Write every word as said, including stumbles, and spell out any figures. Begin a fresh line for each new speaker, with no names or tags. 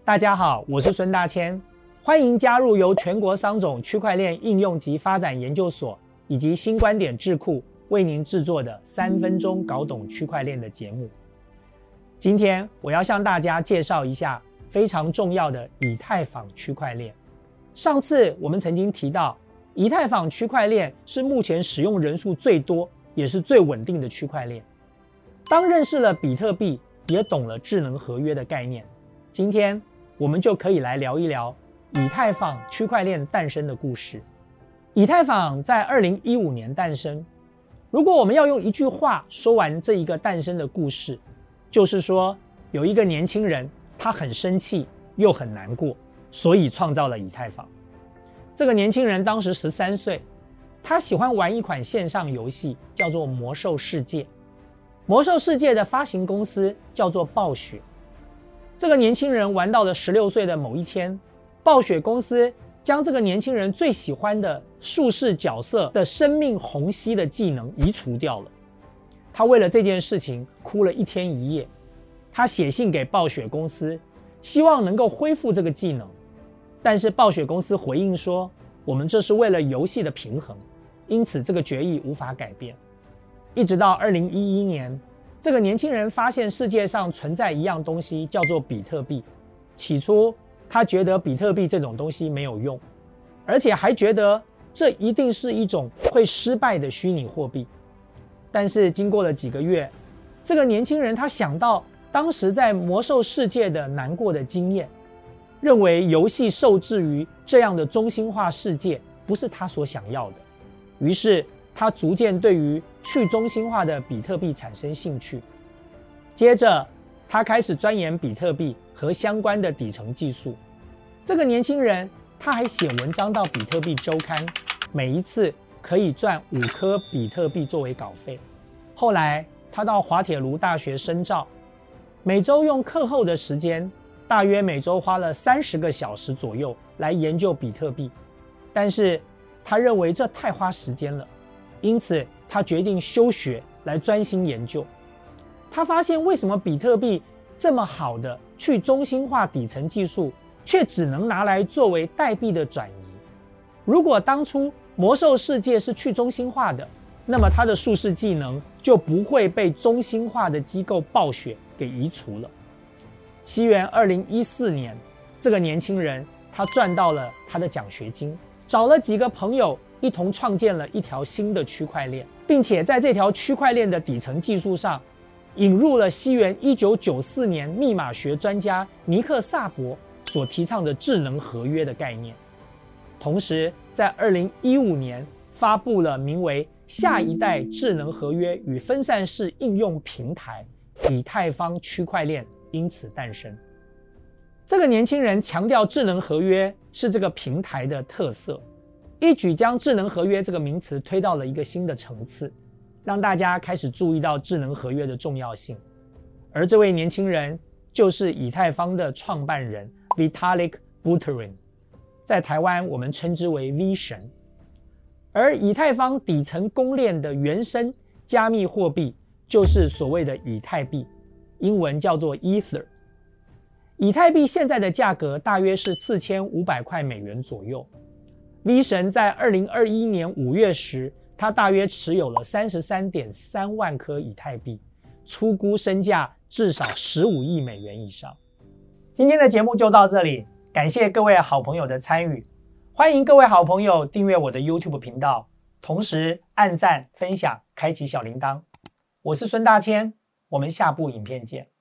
大家好，我是孙大千，欢迎加入由全国商总区块链应用及发展研究所以及新观点智库为您制作的三分钟搞懂区块链的节目。今天我要向大家介绍一下非常重要的以太坊区块链。上次我们曾经提到，以太坊区块链是目前使用人数最多也是最稳定的区块链。当认识了比特币，也懂了智能合约的概念，今天我们就可以来聊一聊以太坊区块链诞生的故事。以太坊在二零一五年诞生，如果我们要用一句话说完这一个诞生的故事，就是说有一个年轻人，他很生气又很难过，所以创造了以太坊。这个年轻人当时十三岁，他喜欢玩一款线上游戏，叫做魔兽世界。魔兽世界的发行公司叫做暴雪。这个年轻人玩到了十六岁的某一天，暴雪公司将这个年轻人最喜欢的术士角色的生命虹吸的技能移除掉了。他为了这件事情哭了一天一夜，他写信给暴雪公司，希望能够恢复这个技能。但是暴雪公司回应说，我们这是为了游戏的平衡，因此这个决议无法改变。一直到二零一一年，这个年轻人发现世界上存在一样东西叫做比特币。起初他觉得比特币这种东西没有用，而且还觉得这一定是一种会失败的虚拟货币。但是经过了几个月，这个年轻人他想到当时在魔兽世界的难过的经验，认为游戏受制于这样的中心化世界不是他所想要的，于是他逐渐对于去中心化的比特币产生兴趣。接着他开始钻研比特币和相关的底层技术。这个年轻人他还写文章到比特币周刊，每一次可以赚五颗比特币作为稿费。后来他到滑铁卢大学深造，每周用课后的时间，大约每周花了三十个小时左右来研究比特币。但是他认为这太花时间了，因此他决定休学来专心研究。他发现为什么比特币这么好的去中心化底层技术，却只能拿来作为代币的转移。如果当初魔兽世界是去中心化的，那么它的术士技能就不会被中心化的机构暴雪给移除了。西元二零一四年，这个年轻人他赚到了他的奖学金，找了几个朋友一同创建了一条新的区块链，并且在这条区块链的底层技术上引入了西元一九九四年密码学专家尼克萨博所提倡的智能合约的概念。同时在二零一五年发布了名为下一代智能合约与分散式应用平台以太坊区块链因此诞生。这个年轻人强调智能合约是这个平台的特色，一举将智能合约这个名词推到了一个新的层次，让大家开始注意到智能合约的重要性。而这位年轻人就是以太坊的创办人 Vitalik Buterin， 在台湾我们称之为 V 神。而以太坊底层公链的原生加密货币就是所谓的以太币，英文叫做 Ether。 以太币现在的价格大约是四千五百块美元左右。 V 神在二零二一年五月时，他大约持有了 三十三点三万颗以太币，初估身价至少十五亿美元以上。今天的节目就到这里，感谢各位好朋友的参与，欢迎各位好朋友订阅我的 YouTube 频道，同时按赞、分享、开启小铃铛。我是孙大千，我们下部影片见。